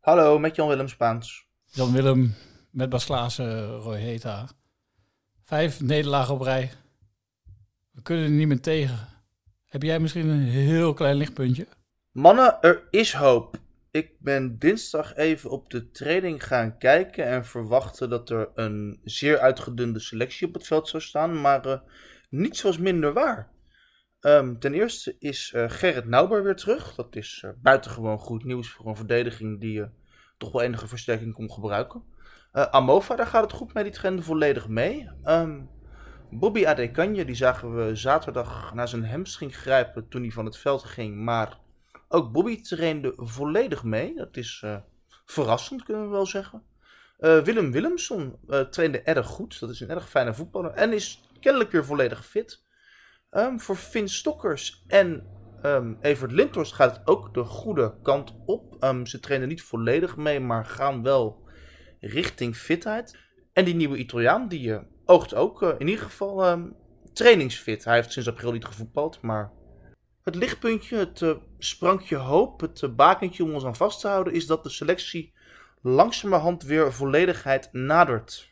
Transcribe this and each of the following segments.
Hallo, met Jan-Willem Spaans. Jan-Willem met Bas Klaassen, Roy Heta. 5 nederlagen op rij. We kunnen er niet meer tegen. Heb jij misschien een heel klein lichtpuntje? Mannen, er is hoop. Ik ben dinsdag even op de training gaan kijken en verwachtte dat er een zeer uitgedunde selectie op het veld zou staan, maar niets was minder waar. Ten eerste is Gerrit Nauber weer terug. Dat is buitengewoon goed nieuws voor een verdediging die toch wel enige versterking kon gebruiken. Amova, daar gaat het goed mee, die trainde volledig mee. Bobby Adekanje, die zagen we zaterdag naar zijn hamstring grijpen toen hij van het veld ging, maar ook Bobby trainde volledig mee. Dat is verrassend, kunnen we wel zeggen. Willem Willemson trainde erg goed. Dat is een erg fijne voetballer. En is kennelijk weer volledig fit. Voor Finn Stokkers en Evert Lindhorst gaat het ook de goede kant op. Ze trainen niet volledig mee, maar gaan wel richting fitheid. En die nieuwe Italiaan, die oogt ook in ieder geval trainingsfit. Hij heeft sinds april niet gevoetbald, maar het lichtpuntje, het sprankje hoop, het bakentje om ons aan vast te houden, is dat de selectie langzamerhand weer volledigheid nadert.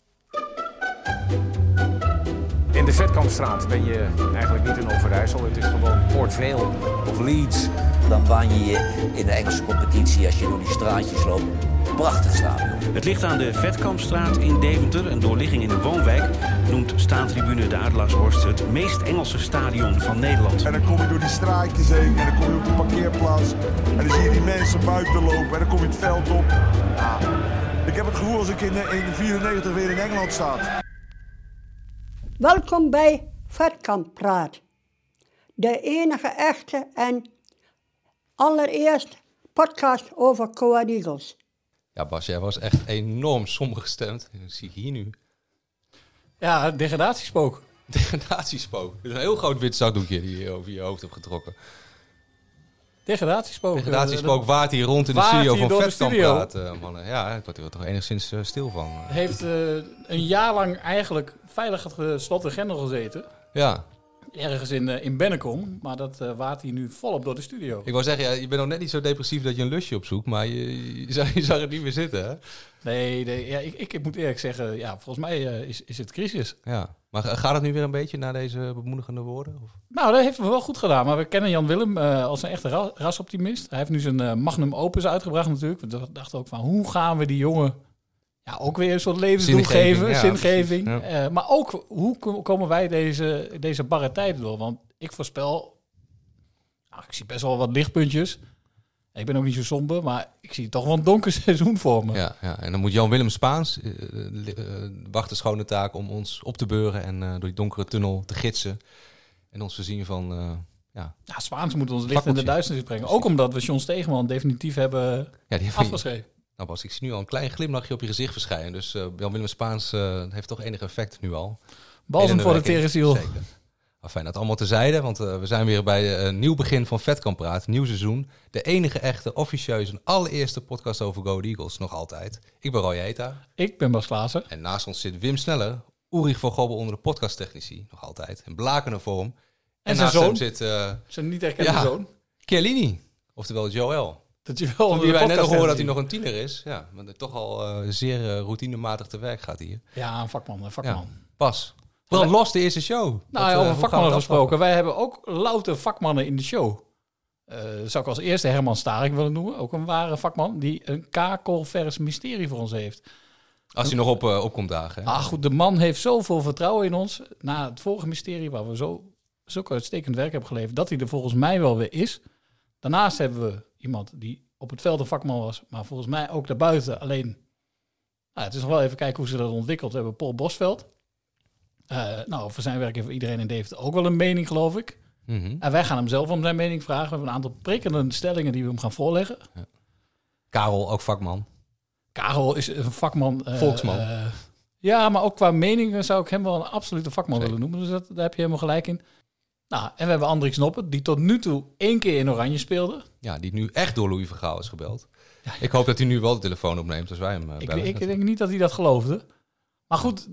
In de Vetkampstraat ben je eigenlijk niet in Overijssel. Het is gewoon Port Vale of Leeds. Dan baan je je in de Engelse competitie als je door die straatjes loopt. Prachtig stadion. Het ligt aan de Vetkampstraat in Deventer, een doorligging in een woonwijk. Noemt staantribune de Adelaarshorst het meest Engelse stadion van Nederland. En dan kom je door die straatjes heen en dan kom je op de parkeerplaats. En dan zie je die mensen buiten lopen en dan kom je het veld op. Ik heb het gevoel als ik in 94 weer in Engeland sta. Welkom bij Vetkamppraat. De enige echte en allereerst podcast over Go Ahead Eagles. Ja, Bas, jij was echt enorm somber gestemd. Dat zie ik hier nu. Ja, degradatiespook. Degradatiespook. Het is een heel groot wit zakdoekje die je over je hoofd hebt getrokken. Degradatiespook. Degradatiespook waart hier rond in de studio van Vetkamppraat, mannen. Ja, ik word er toch enigszins stil van. Heeft een jaar lang eigenlijk veilig het slot en grendel gezeten. Ja. Ergens in Bennekom, maar dat waart hij nu volop door de studio. Ik wou zeggen, ja, je bent nog net niet zo depressief dat je een lusje opzoekt, maar je zag het niet meer zitten, hè? Nee ja, ik moet eerlijk zeggen, ja, volgens mij is het crisis. Ja, maar gaat het nu weer een beetje na deze bemoedigende woorden? Of? Nou, dat heeft me wel goed gedaan, maar we kennen Jan-Willem als een echte rasoptimist. Hij heeft nu zijn magnum opus uitgebracht natuurlijk. We dachten ook van, hoe gaan we die jongen ook weer een soort levensdoel geven, zingeving. Ja. Maar ook, hoe komen wij deze barre tijden door? Want ik voorspel, ik zie best wel wat lichtpuntjes. Ik ben ook niet zo somber, maar ik zie toch wel een donker seizoen voor me. Ja, en dan moet Jan-Willem Spaans wacht de schone taak om ons op te beuren en door die donkere tunnel te gidsen. En ons voorzien van... Spaans moet ons licht in de duisternis brengen. Precies. Ook omdat we John Stegeman definitief hebben afgeschreven. Nou Bas, ik zie nu al een klein glimlachje op je gezicht verschijnen. Dus Jan-Willem Spaans heeft toch enig effect nu al. Balsem voor de tere ziel. Zeker. Fijn, dat allemaal terzijde, want we zijn weer bij een nieuw begin van Vetkamppraat. Nieuw seizoen. De enige echte, officieuze en allereerste podcast over Go Ahead Eagles. Nog altijd. Ik ben Roy Heta. Ik ben Bas Klaassen. En naast ons zit Wim Sneller. Ulrich van Gobbel onder de podcasttechnici. Nog altijd. In blakende vorm. En zijn zoon. Zit zijn niet erkende zoon. Chiellini. Oftewel Joël. Dat je wel wie wij net nog horen dat hij nog een tiener is. Ja, maar toch al zeer routinematig te werk gaat hier. Ja, een vakman. Ja. Pas. Brand los de eerste show. Nou, over vakmannen gesproken. Wij hebben ook louter vakmannen in de show. Zou ik als eerste Herman Starik willen noemen. Ook een ware vakman die een kakelvers mysterie voor ons heeft. Als hij nog op komt dagen. Hè? Goed, de man heeft zoveel vertrouwen in ons. Na het vorige mysterie waar we zulk uitstekend werk hebben geleverd, dat hij er volgens mij wel weer is. Daarnaast hebben we iemand die op het veld een vakman was, maar volgens mij ook daarbuiten. Alleen, het is nog wel even kijken hoe ze dat ontwikkelt. We hebben Paul Bosveld. Over zijn werk heeft voor iedereen in Deventer ook wel een mening, geloof ik. Mm-hmm. En wij gaan hem zelf om zijn mening vragen. We hebben een aantal prikkende stellingen die we hem gaan voorleggen. Ja. Karel, ook vakman. Karel is een vakman. Volksman. Ja, maar ook qua mening zou ik hem wel een absolute vakman willen noemen. Dus daar heb je helemaal gelijk in. En we hebben Andrik Snoppen, die tot nu toe 1 keer in Oranje speelde. Ja, die nu echt door Louis van Gaal is gebeld. Ja. Ik hoop dat hij nu wel de telefoon opneemt als wij hem bellen. Ik denk niet dat hij dat geloofde. Maar goed,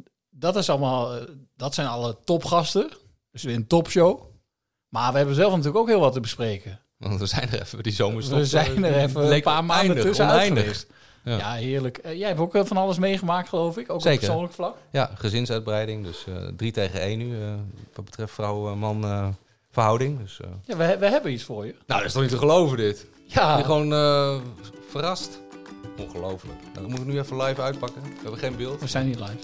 dat zijn alle topgasten. Dus weer een topshow. Maar we hebben zelf natuurlijk ook heel wat te bespreken. Want we zijn er even die zomerstop. We zijn er even een paar maanden tussenuit geweest. Ja, heerlijk. Jij hebt ook van alles meegemaakt, geloof ik. Ook Zeker. op persoonlijk vlak. Ja, gezinsuitbreiding. Dus 3 tegen 1 nu. Wat betreft vrouw-man verhouding. Dus, Ja, we hebben iets voor je. Nou, dat is toch niet te geloven dit? Ja. Je gewoon verrast. Ongelooflijk. Nou, dat moet ik nu even live uitpakken. We hebben geen beeld. We zijn niet live.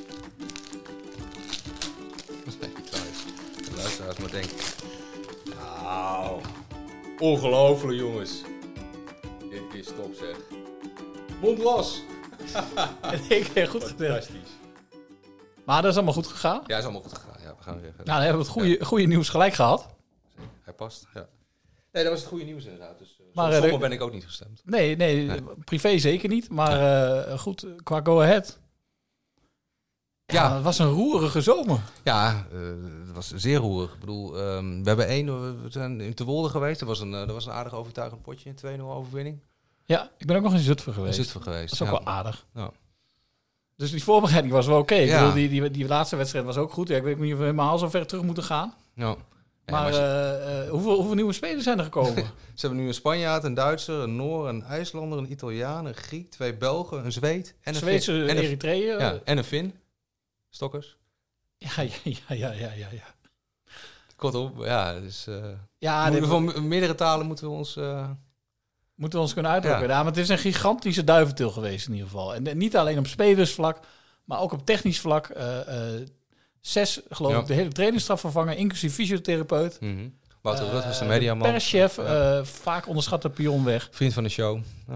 We zijn niet live. De luisteraars maar denken. Nou, ongelooflijk jongens. Dit is top zeg. Mond los. Ik heb goed gedaan. Fantastisch. Maar dat is allemaal goed gegaan. Ja, is allemaal goed gegaan. Ja, we gaan weer even. Nou, dan hebben we het goede nieuws gelijk gehad. Hij past, ja. Nee, dat was het goede nieuws inderdaad. Dus Maar, zomaar ben ik ook niet gestemd. Nee, privé zeker niet. Maar goed, qua go-ahead. Ja, het was een roerige zomer. Ja, het was zeer roerig. Ik bedoel, we hebben we zijn in Terwolde geweest. Dat was een aardig overtuigend potje, 2-0 overwinning. Ja, ik ben ook nog in Zutphen geweest. Dat is ook wel aardig. Ja. Dus die voorbereiding was wel oké. Ik bedoel, die laatste wedstrijd was ook goed. Ja, ik weet niet of we helemaal zo ver terug moeten gaan. Ja. Maar hoeveel nieuwe spelers zijn er gekomen? Ze hebben nu een Spanjaard, een Duitser, een Noor, een IJslander, een Italiaan, een Griek, 2 Belgen, een Zweed. En een Zweedse Eritreeën. Ja, en een Fin. Stokkers. Ja. Kortom, ja, dus... van meerdere talen moeten we ons... Moeten we ons kunnen uitdrukken. Ja, maar het is een gigantische duiventil geweest in ieder geval. En niet alleen op spelersvlak, maar ook op technisch vlak. 6, geloof ik, de hele trainingsstaf vervangen, inclusief fysiotherapeut. Wouter Rutgers, de mediaman. Perschef, vaak onderschatte pion weg. Vriend van de show.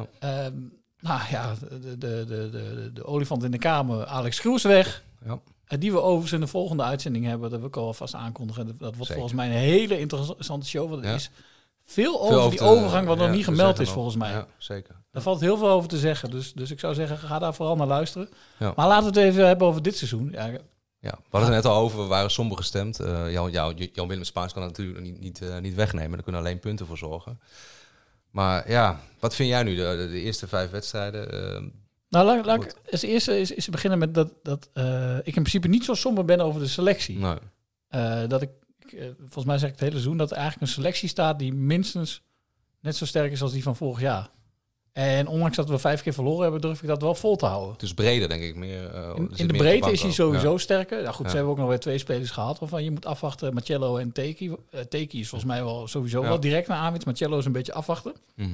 De olifant in de kamer, Alex Kroes weg. Ja. Die we overigens in de volgende uitzending hebben, dat wil ik alvast aankondigen. Dat wordt volgens mij een hele interessante show. Want er is veel over die overgang wat nog niet gemeld is, volgens mij. Ja, zeker. Daar valt heel veel over te zeggen. Dus ik zou zeggen, ga daar vooral naar luisteren. Ja. Maar laten we het even hebben over dit seizoen. Ja, we hadden het net al over, we waren somber gestemd. Jan-Willem Spaans kan dat natuurlijk niet wegnemen. Daar kunnen alleen punten voor zorgen. Maar ja, wat vind jij nu de eerste 5 wedstrijden? Nou, laat ik als eerste is beginnen met dat ik in principe niet zo somber ben over de selectie. Nee. Dat ik volgens mij zeg ik het hele seizoen, dat er eigenlijk een selectie staat die minstens net zo sterk is als die van vorig jaar. En ondanks dat we 5 keer verloren hebben, durf ik dat wel vol te houden. Het is breder, denk ik. Meer, in de breedte is hij sowieso sterker. Nou goed, ze hebben ook nog weer 2 spelers gehad waarvan je moet afwachten. Marcello en Teki. Teki is volgens mij wel sowieso wel direct naar aanwinst. Marcello is een beetje afwachten.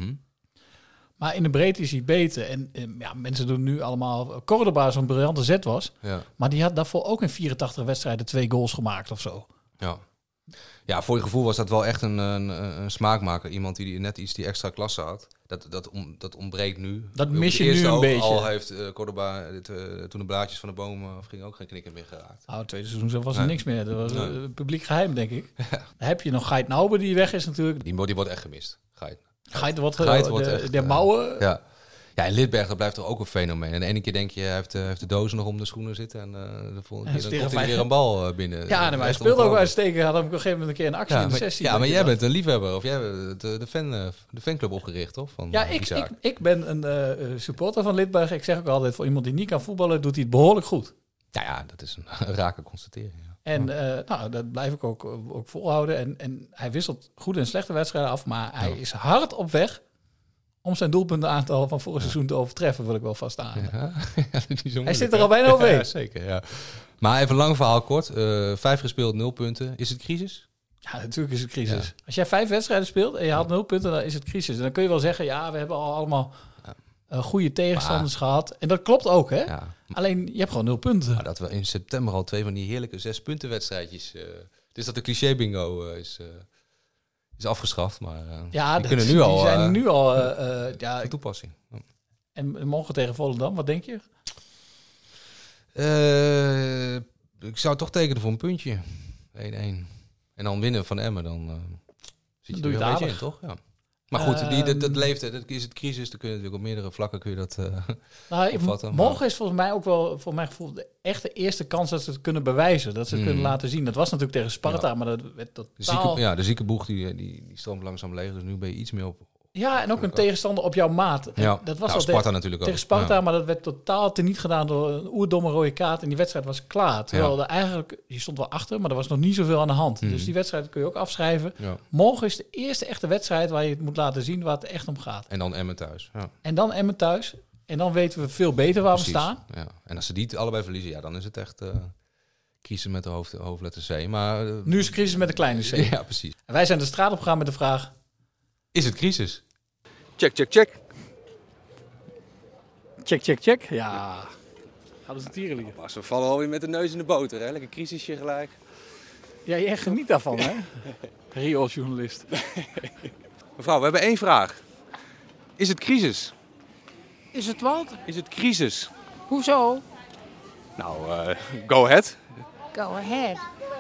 Maar in de breedte is hij beter. En mensen doen nu allemaal... Cordoba zo'n briljante zet was. Ja. Maar die had daarvoor ook in 84 wedstrijden 2 goals gemaakt of zo. Ja, voor je gevoel was dat wel echt een smaakmaker. Iemand die net iets die extra klasse had. Dat ontbreekt nu. Dat mis je nu een beetje. Al heeft Cordoba toen de blaadjes van de bomen ging ook geen knikker meer geraakt. Nou, het tweede seizoen was er niks meer. Dat was publiek geheim, denk ik. Ja. Dan heb je nog Geit Nauber die weg is natuurlijk. Die wordt echt gemist. Geit wordt echt, de mouwen. Ja, en Lidberg, dat blijft toch ook een fenomeen. En de ene keer denk je, hij heeft de dozen nog om de schoenen zitten. En de volgende keer dan komt hij weer een bal binnen. Ja, maar hij speelde ook uitstekend. Had hem op een gegeven moment een keer een actie in de sessie. Ja, maar jij bent een liefhebber. Of jij hebt de fanclub opgericht, toch? Ik ben een supporter van Lidberg. Ik zeg ook altijd, voor iemand die niet kan voetballen, doet hij het behoorlijk goed. Ja, dat is een rake constatering. Ja. En dat blijf ik ook volhouden. En hij wisselt goede en slechte wedstrijden af. Maar hij is hard op weg om zijn doelpuntenaantal van vorig seizoen te overtreffen, wil ik wel vaststaan. Hij zit er al bijna overheen. Ja, zeker, ja. Maar even lang verhaal kort. 5 gespeeld, 0 punten. Is het crisis? Ja, natuurlijk is het crisis. Ja. Als jij 5 wedstrijden speelt en je haalt 0 punten, dan is het crisis. En dan kun je wel zeggen, we hebben al allemaal goede tegenstanders gehad. En dat klopt ook, hè? Ja. Alleen, je hebt gewoon 0 punten. Maar dat we in september al 2 van die heerlijke 6 punten wedstrijdjes... dus dat de cliché bingo is afgeschaft, maar die kunnen nu al... Die zijn nu al... van toepassing. Ja. En morgen tegen Volendam, wat denk je? Ik zou toch tekenen voor een puntje. 1-1. En dan winnen van Emmen, dan zit je er wel een beetje in, toch? Ja. Maar goed, dat leeft. Dat is het crisis. Dan kun je natuurlijk op meerdere vlakken kun je dat opvatten. Morgen is volgens mij ook wel, voor mijn gevoel, de echte eerste kans dat ze het kunnen bewijzen. Dat ze het kunnen laten zien. Dat was natuurlijk tegen Sparta, maar dat werd totaal... De ziekenboeg die stroomt langzaam leeg. Dus nu ben je iets meer Ja, en ook een tegenstander op jouw maat. Ja. Dat was nou, Sparta natuurlijk ook. Tegen Sparta, maar dat werd totaal teniet gedaan door een oerdomme rode kaart. En die wedstrijd was klaar. Terwijl er eigenlijk, je stond wel achter, maar er was nog niet zoveel aan de hand. Dus die wedstrijd kun je ook afschrijven. Ja. Morgen is de eerste echte wedstrijd waar je het moet laten zien waar het echt om gaat. En dan Emmen thuis. Ja. En dan Emmen thuis. En dan weten we veel beter waar we staan. Ja. En als ze die allebei verliezen, ja, dan is het echt crisis met de hoofdletter C. Maar, nu is het crisis met de kleine C. Ja, precies. En wij zijn de straat op gegaan met de vraag... Is het crisis? Check, check, check. Check, check, check. Ja. Gaat het tieren liggen. Pas, we vallen alweer met de neus in de boter, hè? Lekker crisisje gelijk. Ja, jij geniet daarvan, hè? Rio-journalist. Mevrouw, we hebben 1 vraag. Is het crisis? Is het wat? Is het crisis? Hoezo? Nou, go ahead. Go ahead.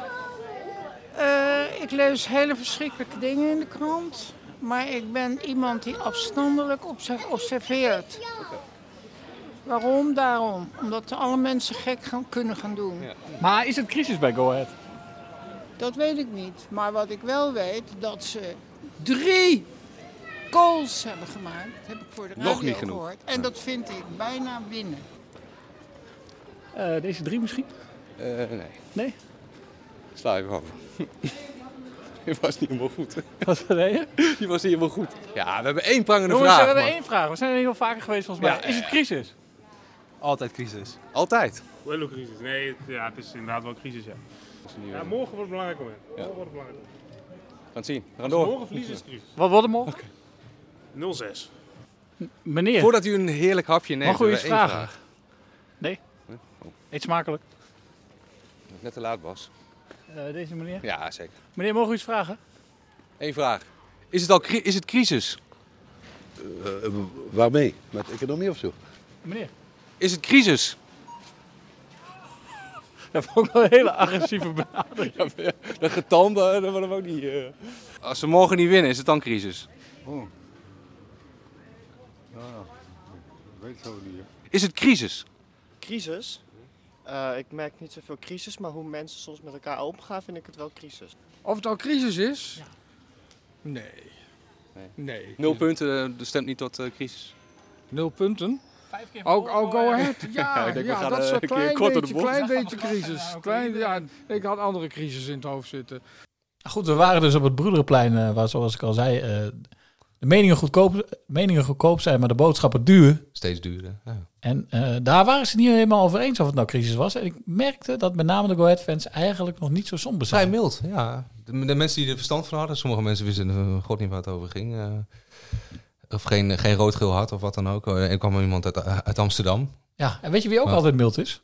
Ik lees hele verschrikkelijke dingen in de krant. Maar ik ben iemand die afstandelijk observeert. Okay. Waarom? Daarom. Omdat alle mensen gek kunnen gaan doen. Ja. Maar is het crisis bij Go Ahead? Dat weet ik niet. Maar wat ik wel weet, dat ze 3 goals hebben gemaakt. Dat heb ik voor de radio nog niet genoeg gehoord. En dat vind ik bijna winnen. Deze 3 misschien? Nee. Nee? Sla even over. Die was niet helemaal goed. Wat zei je? Die was niet helemaal goed. Ja, we hebben 1 prangende vraag. We hebben 1 vraag. We zijn er heel vaker geweest volgens mij. Ja, is het crisis? Altijd crisis. Altijd? Wel een crisis. Nee, het is inderdaad wel crisis, ja. Ja, morgen wordt het belangrijk moment. Ja. Morgen wordt het belangrijk. We gaan het zien. We gaan door. Morgen verliezen is crisis. Wat wordt het morgen? Okay. 0-6. Meneer. Voordat u een heerlijk hapje neemt, mag u iets vragen? Vraag. Nee? Oh. Eet smakelijk. Net te laat, Bas. Deze meneer? Ja, zeker. Meneer, mogen we iets vragen? 1 vraag. Is het crisis? Waarmee? Met economie of zo? Meneer. Is het crisis? Dat vond ik wel een hele agressieve benadering. Ja, dat getalm, dat willen we ook niet. Als we morgen niet winnen, is het dan crisis? Oh. Ja, ik weet het zo niet. Is het crisis? Crisis? Ik merk niet zoveel crisis, maar hoe mensen soms met elkaar omgaan, vind ik het wel crisis. Of het al crisis is? Ja. Nee. 0 punten, dat stemt niet tot crisis. 0 punten? 5 keer ook Go Ahead. Ja, dat is een klein beetje crisis. Ik had andere crisis in het hoofd zitten. Goed, we waren dus op het Broederenplein, waar zoals ik al zei, de meningen goedkoop zijn, maar de boodschappen duur. Steeds duurder. Ja. En daar waren ze niet helemaal over eens of het nou crisis was. En ik merkte dat met name de Go Ahead fans eigenlijk nog niet zo somber zijn. Vrij mild, ja. De mensen die er verstand van hadden, sommige mensen wisten god niet waar het over ging. Of geen rood-geel hart of wat dan ook. Er kwam iemand uit Amsterdam. Ja, en weet je wie ook altijd mild is?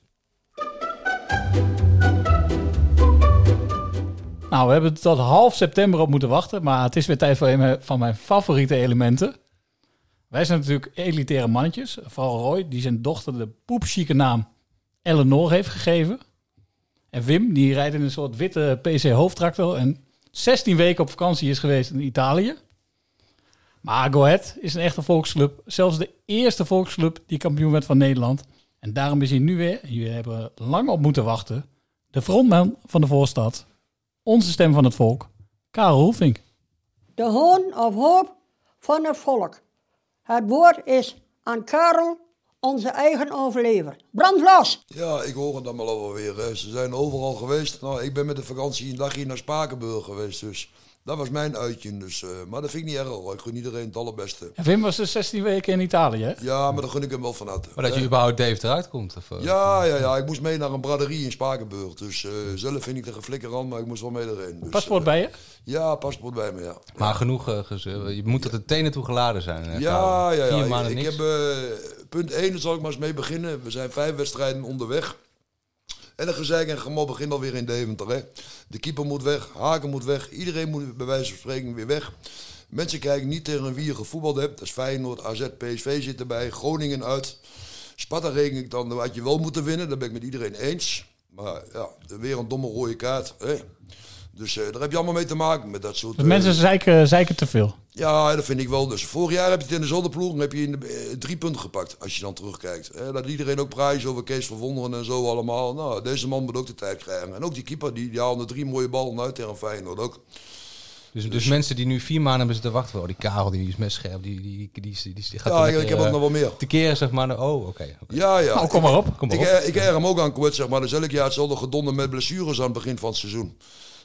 Nou, we hebben tot half september op moeten wachten. Maar het is weer tijd voor een van mijn favoriete elementen. Wij zijn natuurlijk elitaire mannetjes. Vooral Roy, die zijn dochter de poepchique naam Eleanor heeft gegeven. En Wim, die rijdt in een soort witte PC hoofdtractor. En 16 weken op vakantie is geweest in Italië. Maar Go Ahead is een echte volksclub. Zelfs de eerste volksclub die kampioen werd van Nederland. En daarom is hij nu weer, en jullie hebben lang op moeten wachten, de frontman van de voorstad. Onze stem van het volk, Karel Roelvink. De hoon of hoop van het volk. Het woord is aan Karel, onze eigen overlever. Brand los! Ja, ik hoor het dan wel alweer. Ze zijn overal geweest. Nou, ik ben met de vakantie een dagje naar Spakenburg geweest, dus dat was mijn uitje. Dus, maar dat vind ik niet erg hoor. Ik gun iedereen het allerbeste. En Wim was dus 16 weken in Italië, hè? Ja, maar dan gun ik hem wel van harte. Maar dat je überhaupt Dave eruit komt? Of? Ja. Ik moest mee naar een braderie in Spakenburg. Dus zelf vind ik er geflikker aan, maar ik moest wel mee erheen. Dus, paspoort bij je? Ja, paspoort bij me, ja. Maar genoeg gezeur. Je moet tot de tenen toe geladen zijn. Hè, ja. 4 maanden ik niks. heb punt 1, daar zal ik maar eens mee beginnen. We zijn 5 wedstrijden onderweg. En de gezeik en gemor begint alweer in Deventer. Hè. De keeper moet weg, Haken moet weg. Iedereen moet bij wijze van spreken weer weg. Mensen kijken niet tegen wie je gevoetbald hebt. Dat is Feyenoord, AZ, PSV zit erbij. Groningen uit. Sparta reken ik dan wat je wel moet winnen. Dat ben ik met iedereen eens. Maar ja, weer een domme rode kaart. Hè. Dus daar heb je allemaal mee te maken met dat soort... De mensen zeiken te veel. Ja, dat vind ik wel. Dus vorig jaar heb je het in de zonneploeg en heb je 3 punten gepakt, als je dan terugkijkt. Dat iedereen ook praat over Kees van Wonderen en zo allemaal. Nou, deze man moet ook de tijd krijgen. En ook die keeper, die haalde 3 mooie ballen uit tegen Feyenoord ook. Dus mensen die nu 4 maanden hebben zitten wachten... Oh, die Karel, die is messcherp, die gaat... Ja, ik heb ook nog wel meer. Te keren, zeg maar. Oké. Ja. Nou, kom maar op. Ik erg hem ook aan kwijt, zeg maar. Dus elk jaar hetzelfde gedonder met blessures aan het begin van het seizoen.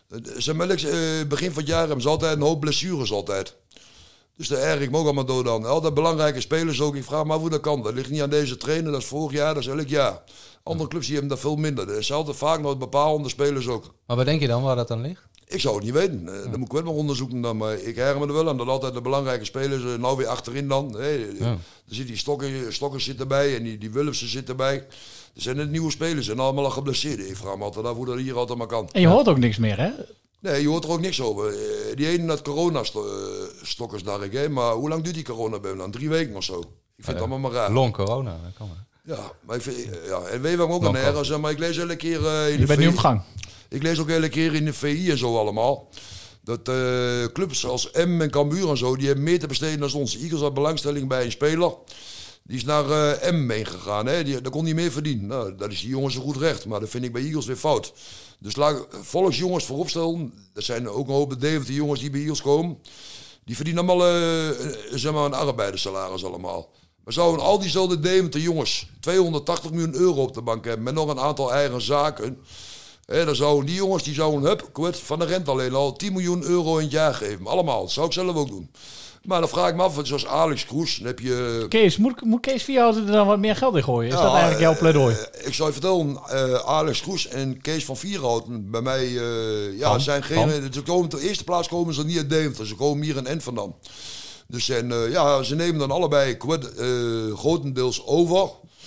Begin van het jaar hebben ze altijd een hoop blessures altijd. Dus daar erg ik me ook allemaal dood aan. Altijd belangrijke spelers ook. Ik vraag me af hoe dat kan. Dat ligt niet aan deze trainer, dat is vorig jaar, dat is elk jaar. Andere clubs die hebben dat veel minder. Er is altijd vaak nog bepaalde spelers ook. Maar wat denk je dan, waar dat dan ligt? Ik zou het niet weten. Dan moet ik wel nog onderzoeken. Dan. Maar ik erger me er wel aan dat altijd de belangrijke spelers nou weer achterin dan. Er zit die Stokkers zit erbij en die Wulfsen zit erbij. Er zijn net nieuwe spelers en allemaal al geblesseerd. Ik vraag me altijd af hoe dat hier altijd maar kan. En je hoort ook niks meer, hè? Nee, je hoort er ook niks over. Die ene had corona-stokkers, dacht ik. Hè? Maar hoe lang duurt die corona bij hem dan? 3 weken of zo. Ik vind het allemaal maar raar. Long corona, dat kan wel. Ja, maar ik vind, en weet je wat ik ook aan ergens, maar ik lees elke keer in je bent nu op gang. Ik lees ook elke keer in de VI en zo allemaal. Dat clubs als M en Cambuur en zo, die hebben meer te besteden dan ons. Eagles had belangstelling bij een speler. Die is naar M meegegaan. Daar kon hij meer verdienen. Nou, dat is die jongens zo goed recht. Maar dat vind ik bij Eagles weer fout. Dus laat volksjongens voorop stellen. Dat zijn ook een hoop Deventer jongens die bij Eagles komen. Die verdienen allemaal zeg maar een arbeiderssalaris allemaal. Maar zouden al diezelfde Deventer jongens 280 miljoen euro op de bank hebben. Met nog een aantal eigen zaken. Dan zouden die jongens, die zouden van de rente alleen al 10 miljoen euro in het jaar geven. Allemaal, dat zou ik zelf ook doen. Maar dan vraag ik me af, zoals Alex Kroes, dan heb je... Kees, moet Kees Vierhouten er dan wat meer geld in gooien? Is dat eigenlijk jouw pleidooi? Ik zou je vertellen, Alex Kroes en Kees van Vierhouten, bij mij, zijn geen... Ze komen, op de eerste plaats komen ze niet uit Deventer, ze komen hier in Enverdam. Dus ze nemen dan allebei grotendeels over.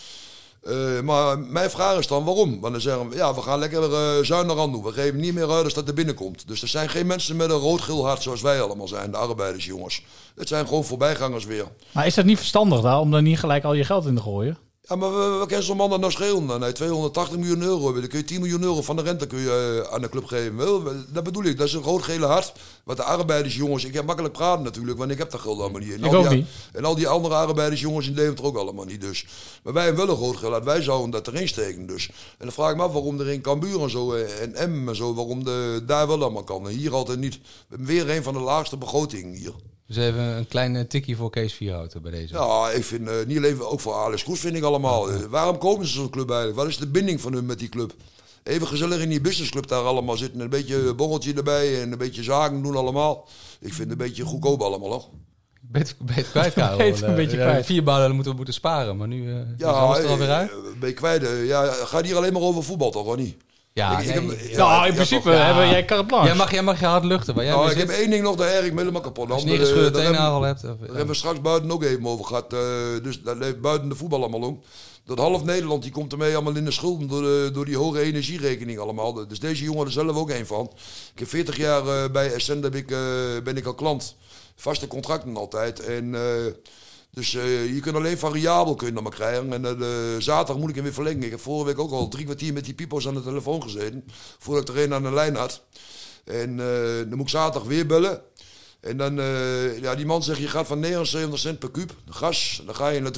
Maar mijn vraag is dan waarom? Want dan zeggen we, we gaan lekker zuinig aan doen. We geven niet meer uit als dat er binnenkomt. Dus er zijn geen mensen met een rood-geel hart zoals wij allemaal zijn, de arbeidersjongens. Het zijn gewoon voorbijgangers weer. Maar is dat niet verstandig daar, om daar niet gelijk al je geld in te gooien? Ja, maar we kennen zo'n man dat nou schelen. Dan 280 miljoen euro. Dan kun je 10 miljoen euro van de rente kun je, aan de club geven. Dat bedoel ik. Dat is een rood-gele hart. Wat de arbeidersjongens... Ik heb makkelijk praten natuurlijk, want ik heb dat geld allemaal niet. En al die andere arbeidersjongens in Deventer ook allemaal niet. Dus. Maar wij hebben wel een rood-geel hart. Wij zouden dat erin steken dus. En dan vraag ik me af waarom er in Cambuur en zo en M en zo, waarom daar wel allemaal kan. En hier altijd niet. We hebben weer een van de laagste begrotingen hier. Dus even een klein tikje voor Kees Vierhouten bij deze. Ja, ik vind niet alleen ook voor Alex Kroes vind ik allemaal. Waarom komen ze zo'n club eigenlijk? Wat is de binding van hun met die club? Even gezellig in die businessclub daar allemaal zitten. Een beetje borreltje erbij en een beetje zaken doen allemaal. Ik vind het een beetje goedkoop allemaal, hoor. Ben je kwijt, Karel? Een beetje kwijt. 4 banen moeten sparen, maar nu is er alweer uit. Ben je kwijt? Gaat hier alleen maar over voetbal toch, of niet? Ja, in principe hebben jij carte blanche. Jij mag je hard luchten. Ik heb één ding nog, daar erg ik me helemaal kapot. Als je neergescheurde teennagel hebt. Daar hebben we straks buiten ook even over gehad. Dus dat leeft buiten de voetbal allemaal om. Dat half Nederland die komt ermee allemaal in de schulden door die hoge energierekening allemaal. Dus deze jongen er zelf ook een van. Ik heb 40 jaar bij Essent ben ik al klant. Vaste contracten altijd. En... Dus je kunt alleen variabel maar krijgen. En zaterdag moet ik hem weer verlengen. Ik heb vorige week ook al 3 kwartier met die pipo's aan de telefoon gezeten. Voordat ik er een aan de lijn had. En dan moet ik zaterdag weer bellen. En dan, die man zegt, je gaat van 79 cent per kuub gas. Dan ga je naar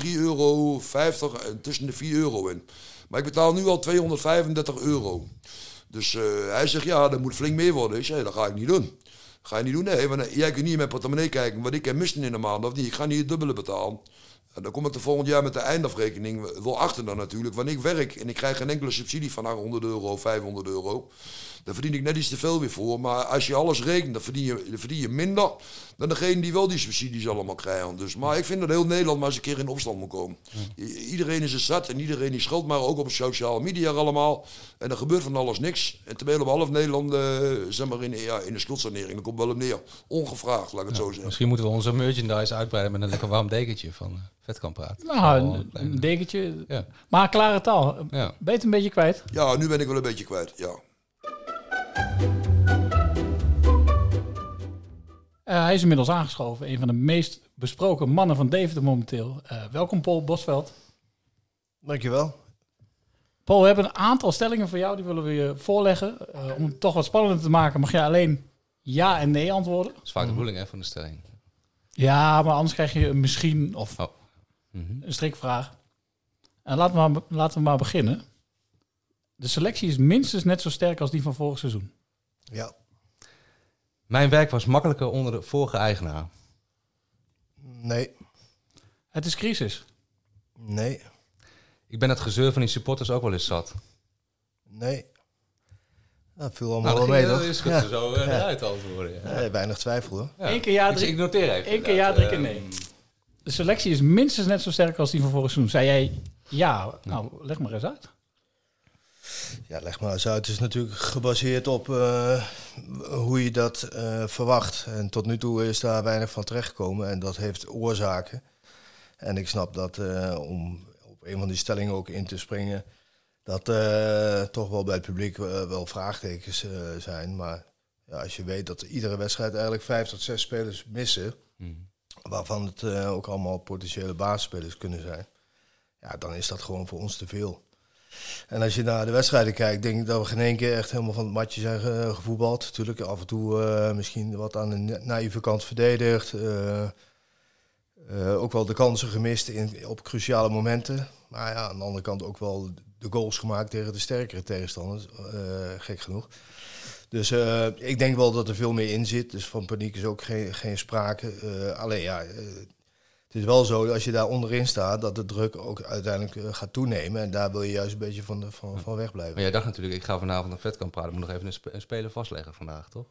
€3,50 en tussen de €4 in. Maar ik betaal nu al €235. Dus hij zegt, dat moet flink meer worden. Ik zeg, dat ga ik niet doen. Ga je niet doen? Nee, want jij kunt niet in mijn portemonnee kijken wat ik heb missen in de maand of niet. Ik ga niet het dubbele betalen. En dan kom ik er volgend jaar met de eindafrekening wel achter dan natuurlijk. Want ik werk en ik krijg geen enkele subsidie van €800, €500. Daar verdien ik net iets te veel weer voor. Maar als je alles rekent, dan verdien je minder dan degene die wel die subsidies allemaal krijgen. Dus, maar ik vind dat heel Nederland maar eens een keer in opstand moet komen. Iedereen is er zat en iedereen die scheldt maar ook op sociale media allemaal. En er gebeurt van alles niks. En terwijl op half Nederland zeg maar in de schuldsanering, dat komt wel op neer. Ongevraagd, laat ik het zo zeggen. Misschien moeten we onze merchandise uitbreiden met een lekker warm dekentje van Vet kan praten. Nou, een dekentje. Ja. Maar klare taal. Ja. Ben je het een beetje kwijt? Ja, nu ben ik wel een beetje kwijt, ja. Hij is inmiddels aangeschoven. Een van de meest besproken mannen van Deventer momenteel. Welkom Paul Bosveld. Dankjewel. Paul, we hebben een aantal stellingen voor jou. Die willen we je voorleggen. Om het toch wat spannender te maken mag je alleen ja en nee antwoorden. Dat is vaak de bedoeling van de stelling. Ja, maar anders krijg je misschien of een strikvraag. En laten we maar beginnen. De selectie is minstens net zo sterk als die van vorig seizoen. Ja. Mijn werk was makkelijker onder de vorige eigenaar. Nee. Het is crisis. Nee. Ik ben het gezeur van die supporters ook wel eens zat. Nee. Dat viel allemaal wel mee, toch? Dat is goed zo eruit antwoorden. Ja. Nee, weinig twijfel, hoor. Ja. 1 keer ja, 3... Ik noteer even. 1 keer ja, 3 keer nee. De selectie is minstens net zo sterk als die van vorig seizoen. Zei jij ja? Nou, leg maar eens uit. Ja, leg maar eens uit. Het is natuurlijk gebaseerd op hoe je dat verwacht. En tot nu toe is daar weinig van terechtgekomen. En dat heeft oorzaken. En ik snap dat om op een van die stellingen ook in te springen... dat toch wel bij het publiek wel vraagtekens zijn. Maar ja, als je weet dat iedere wedstrijd eigenlijk 5 tot 6 spelers missen... waarvan het ook allemaal potentiële basisspelers kunnen zijn... ja, dan is dat gewoon voor ons te veel. En als je naar de wedstrijden kijkt, denk ik dat we geen één keer echt helemaal van het matje zijn gevoetbald. Natuurlijk af en toe misschien wat aan de naïeve kant verdedigd. Ook wel de kansen gemist op cruciale momenten. Maar ja, aan de andere kant ook wel de goals gemaakt tegen de sterkere tegenstanders. Gek genoeg. Dus ik denk wel dat er veel meer in zit. Dus van paniek is ook geen sprake. Alleen ja, het is wel zo dat als je daar onderin staat, dat de druk ook uiteindelijk gaat toenemen. En daar wil je juist een beetje van wegblijven. Maar jij dacht natuurlijk, ik ga vanavond naar Vetkamp praten. Ik moet nog even een speler vastleggen vandaag, toch?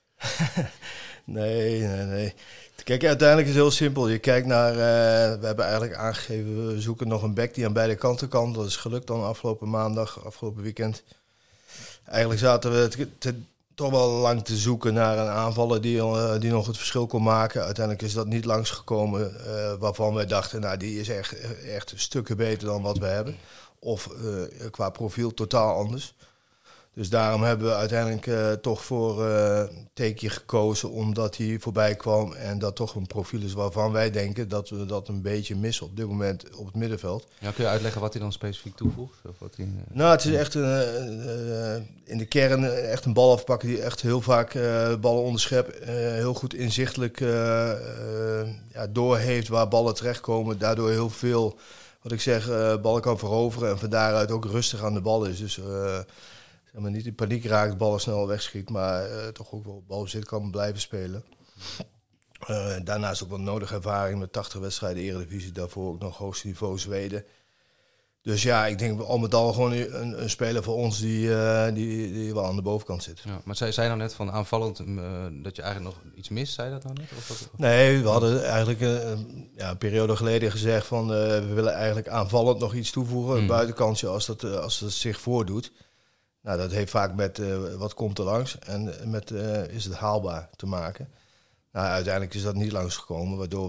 Nee. Kijk, uiteindelijk is het heel simpel. Je kijkt naar, we hebben eigenlijk aangegeven, we zoeken nog een back die aan beide kanten kan. Dat is gelukt dan afgelopen maandag, afgelopen weekend. Eigenlijk zaten we toch wel lang te zoeken naar een aanvaller die nog het verschil kon maken. Uiteindelijk is dat niet langsgekomen waarvan wij dachten, nou die is echt stukken beter dan wat we hebben. Of qua profiel totaal anders. Dus daarom hebben we uiteindelijk toch voor Teki gekozen, omdat hij voorbij kwam en dat toch een profiel is waarvan wij denken dat we dat een beetje missen op dit moment op het middenveld. Ja, kun je uitleggen wat hij dan specifiek toevoegt? Of wat hij, Nou, het is echt in de kern echt een bal afpakken die echt heel vaak ballen onderschept, heel goed inzichtelijk door heeft waar ballen terechtkomen, daardoor heel veel, wat ik zeg, ballen kan veroveren en van daaruit ook rustig aan de bal is. Dus maar niet in paniek raakt, ballen snel wegschiet, maar toch ook wel balbezit kan blijven spelen. Daarnaast ook wel nodige ervaring met 80 wedstrijden Eredivisie, daarvoor ook nog hoogste niveau Zweden. Dus ja, ik denk al met al gewoon een speler voor ons die wel aan de bovenkant zit. Ja, maar zei nou net van aanvallend dat je eigenlijk nog iets mist, zei dat nou net? Of? Nee, we hadden eigenlijk een periode geleden gezegd van we willen eigenlijk aanvallend nog iets toevoegen, een buitenkantje als dat zich voordoet. Nou, dat heeft vaak met wat komt er langs en met is het haalbaar te maken. Nou, uiteindelijk is dat niet langsgekomen, waardoor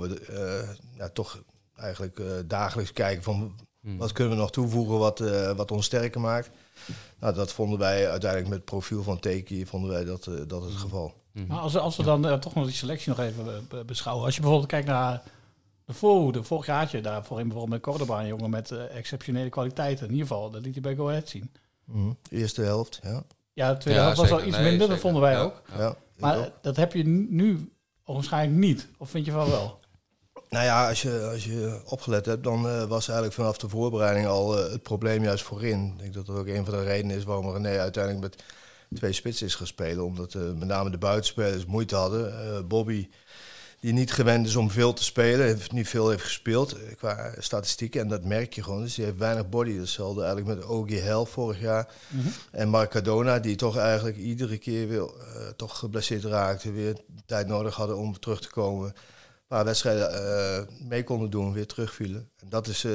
we toch eigenlijk dagelijks kijken van wat kunnen we nog toevoegen wat ons sterker maakt. Nou, dat vonden wij uiteindelijk met het profiel van Teki, vonden wij dat het geval. Maar als we dan toch nog die selectie nog even beschouwen. Als je bijvoorbeeld kijkt naar de voorhoede, vorig jaar had je daar voorin bijvoorbeeld met Cordoba een jongen met exceptionele kwaliteiten. In ieder geval, dat liet hij bij Go Ahead zien. De eerste helft, ja. Ja, de tweede helft was al iets minder, dat vonden wij ook. Ja, maar dat heb je nu waarschijnlijk niet. Of vind je van wel? Nou ja, als je opgelet hebt, dan was eigenlijk vanaf de voorbereiding al het probleem juist voorin. Ik denk dat dat ook een van de redenen is waarom René uiteindelijk met 2 spitsen is gaan spelen. Omdat met name de buitenspelers moeite hadden. Bobby, die niet gewend is om veel te spelen, niet veel heeft gespeeld qua statistieken. En dat merk je gewoon. Dus die heeft weinig body. Hetzelfde eigenlijk met Ogie Hel vorig jaar. En Mark Cardona, die toch eigenlijk iedere keer weer toch geblesseerd raakte. Weer tijd nodig hadden om terug te komen. Een paar wedstrijden mee konden doen, weer terugvielen. En dat is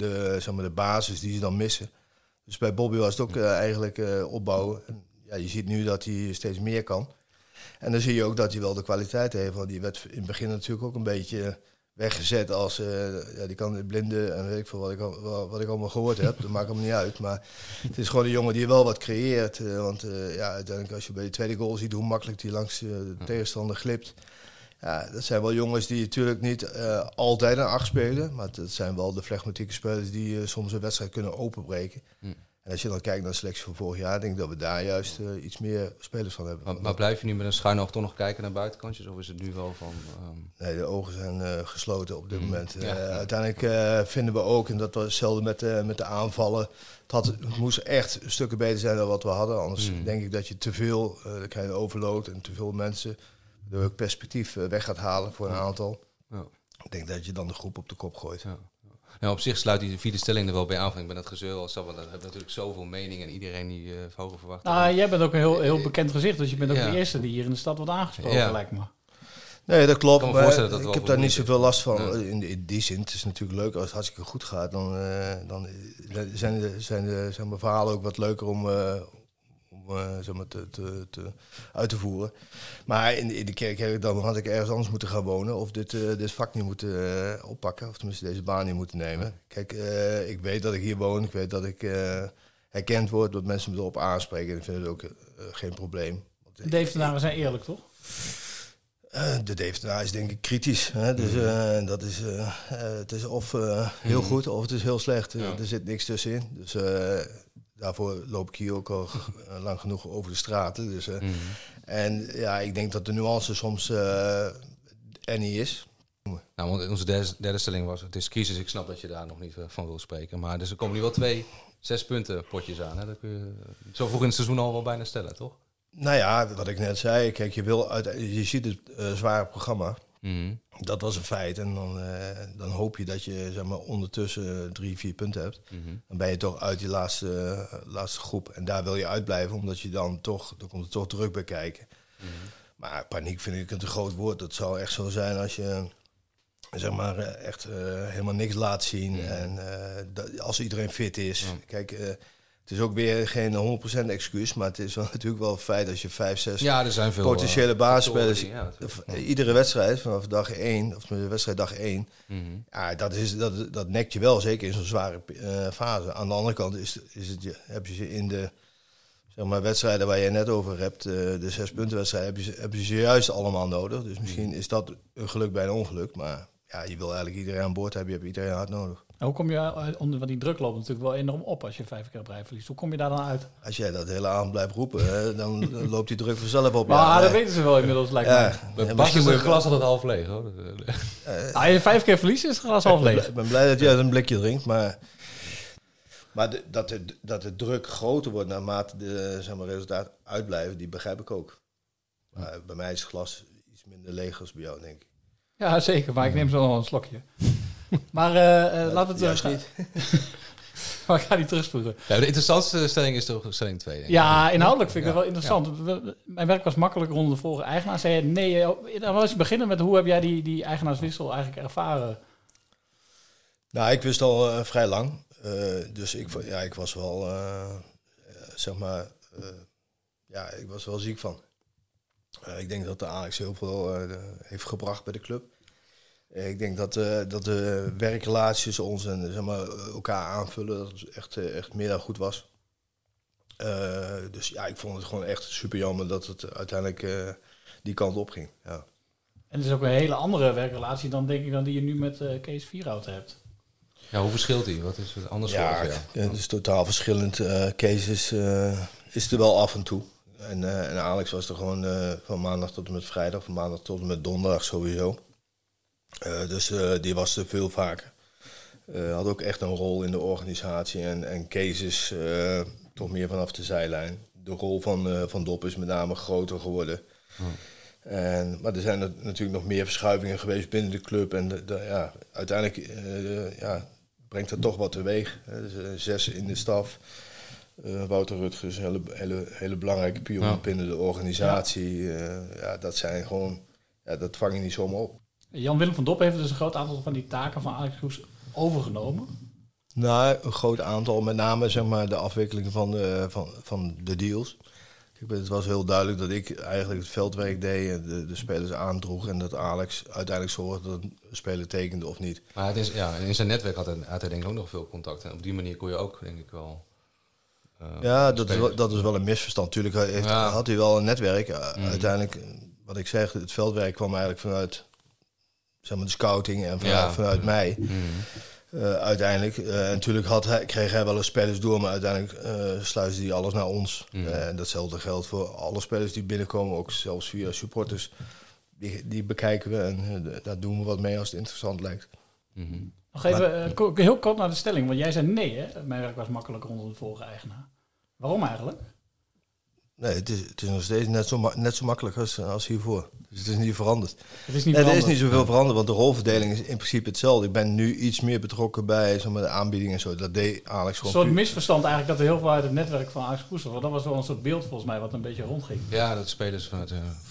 de basis die ze dan missen. Dus bij Bobby was het ook eigenlijk opbouwen. En, ja, je ziet nu dat hij steeds meer kan. En dan zie je ook dat hij wel de kwaliteit heeft. Want die werd in het begin natuurlijk ook een beetje weggezet als die kan blinde en weet ik veel wat ik allemaal gehoord heb. Dat maakt allemaal niet uit. Maar het is gewoon een jongen die wel wat creëert. Want uiteindelijk als je bij de tweede goal ziet hoe makkelijk hij langs de tegenstander glipt. Ja, dat zijn wel jongens die natuurlijk niet altijd een 8 spelen. Maar dat zijn wel de flegmatieke spelers die soms een wedstrijd kunnen openbreken. En als je dan kijkt naar de selectie van vorig jaar, denk ik dat we daar juist iets meer spelers van hebben. Maar blijf je nu met een schuin oog toch nog kijken naar buitenkantjes? Of is het nu wel van... Nee, de ogen zijn gesloten op dit moment. Uiteindelijk vinden we ook, en dat was hetzelfde met de aanvallen, het moest echt stukken beter zijn dan wat we hadden. Anders denk ik dat je te veel, dan krijg je overload en te veel mensen door ook perspectief weg gaat halen voor een aantal. Ja. Ik denk dat je dan de groep op de kop gooit. Ja. Nou, op zich sluit die vierde stelling er wel bij aan. Ik ben het gezeur als dat, want dat heeft natuurlijk zoveel meningen en iedereen die hoger verwacht. Jij bent ook een heel bekend gezicht, dus je bent ook de eerste die hier in de stad wordt aangesproken, lijkt me. Nee, dat klopt. Ik heb daar niet zoveel last van. Ja. In die zin, het is natuurlijk leuk als het hartstikke goed gaat. Dan zijn de verhalen ook wat leuker om uit te voeren. Maar in de kerk dan had ik ergens anders moeten gaan wonen. Of dit vak niet moeten oppakken. Of tenminste deze baan niet moeten nemen. Kijk, ik weet dat ik hier woon. Ik weet dat ik herkend word. Dat mensen me erop aanspreken. En ik vind het ook geen probleem. De Devenaren zijn eerlijk, toch? De Devenaar is denk ik kritisch. Hè? Dus dat is, het is of heel goed of het is heel slecht. Er zit niks tussenin. Dus daarvoor loop ik hier ook al lang genoeg over de straten. Dus, en ja, ik denk dat de nuance soms er niet is. Nou, want onze derde stelling was, het is crisis. Ik snap dat je daar nog niet van wil spreken. Maar dus er komen nu wel 2 6-punten potjes aan. Hè? Dat kun je zo vroeg in het seizoen al wel bijna stellen, toch? Nou ja, wat ik net zei. Kijk, je ziet het zware programma. Dat was een feit. En dan hoop je dat je zeg maar, ondertussen 3-4 punten hebt. Dan ben je toch uit die laatste groep. En daar wil je uitblijven, omdat je dan komt er toch druk bij kijken. Maar paniek vind ik een te groot woord. Dat zou echt zo zijn als je zeg maar echt helemaal niks laat zien. En als iedereen fit is. Kijk, het is ook weer geen 100% excuus, maar het is wel, natuurlijk wel een feit als je 5, 6 er zijn veel potentiële basisspelers. Iedere wedstrijd vanaf dag 1, of de wedstrijd dag 1, dat nekt je wel, zeker in zo'n zware fase. Aan de andere kant heb je ze in de zeg maar, wedstrijden waar je net over hebt, de 6 punten wedstrijden, heb je ze juist allemaal nodig. Dus misschien is dat een geluk bij een ongeluk, maar ja, je wil eigenlijk iedereen aan boord hebben, je hebt iedereen hard nodig. Hoe kom je onder, want die druk loopt natuurlijk wel enorm op als je 5 keer op rij verliest. Hoe kom je daar dan uit? Als jij dat de hele avond blijft roepen, dan loopt die druk vanzelf op. Maar dat weten ze wel inmiddels, lijkt me. Bij Bas is het glas altijd half leeg, hoor. Als je 5 keer verliest, is het glas half leeg. Ik ben blij dat je uit een blikje drinkt, maar dat de druk groter wordt naarmate de zeg maar, resultaten uitblijven, die begrijp ik ook. Maar bij mij is het glas iets minder leeg als bij jou, denk ik. Ja, zeker, maar ik neem zo nog een slokje. Maar laten we het niet. Maar ik ga niet terugspoelen. Ja, de interessantste stelling is toch stelling 2, denk ik. Ja, inhoudelijk vind ik het wel interessant. Ja. Mijn werk was makkelijker onder de vorige eigenaar. Zei je, nee, dan was je beginnen met hoe heb jij die eigenaarswissel eigenlijk ervaren? Nou, ik wist al vrij lang. Dus ik was wel, zeg maar, ik was wel ziek van. Ik denk dat de Alex heel veel heeft gebracht bij de club. Ik denk dat de werkrelaties ons en zeg maar, elkaar aanvullen, dat het echt meer dan goed was. Dus ja, ik vond het gewoon echt super jammer dat het uiteindelijk die kant op ging. Ja. En het is ook een hele andere werkrelatie dan denk ik dan die je nu met Kees Vierhout hebt. Ja, hoe verschilt die? Wat is het anders voor jou? Het is totaal verschillend. Kees is er wel af en toe. En Alex was er gewoon van maandag tot en met vrijdag, van maandag tot en met donderdag sowieso. Dus die was er veel vaker. Had ook echt een rol in de organisatie. En Kees is toch meer vanaf de zijlijn. De rol van Dop is met name groter geworden. Maar er zijn natuurlijk nog meer verschuivingen geweest binnen de club. En uiteindelijk brengt dat toch wat teweeg. Dus, 6 in de staf. Wouter Rutgers, hele belangrijke pion binnen de organisatie. Dat zijn gewoon, dat vang je niet zomaar op. Jan-Willem van Dop heeft dus een groot aantal van die taken van Alex Kroes overgenomen. Nou, een groot aantal, met name zeg maar, de afwikkeling van de deals. Kijk, het was heel duidelijk dat ik eigenlijk het veldwerk deed en de spelers aandroeg. En dat Alex uiteindelijk zorgde dat een speler tekende of niet. Maar het is, in zijn netwerk had hij denk ik ook nog veel contact. En op die manier kon je ook, denk ik wel... dat is wel een misverstand. Natuurlijk had hij wel een netwerk. Uiteindelijk, wat ik zeg, het veldwerk kwam eigenlijk vanuit zeg maar, de scouting en vanuit mij. Uiteindelijk, natuurlijk kreeg hij wel eens spelers door, maar uiteindelijk sluisde hij alles naar ons. En datzelfde geldt voor alle spelers die binnenkomen, ook zelfs via supporters. Die bekijken we en daar doen we wat mee als het interessant lijkt. Nog even heel kort naar de stelling, want jij zei nee, hè? Mijn werk was makkelijker onder de vorige eigenaar. Waarom eigenlijk? Nee, het is nog steeds net zo makkelijk als hiervoor. Dus het is niet veranderd. Het is niet er is niet zoveel veranderd, want de rolverdeling is in principe hetzelfde. Ik ben nu iets meer betrokken bij de aanbieding en zo. Dat deed Alex gewoon. Een soort misverstand eigenlijk dat er heel veel uit het netwerk van Ajax Koester. Want dat was wel een soort beeld volgens mij wat een beetje rondging. Ja, dat spelers vanuit...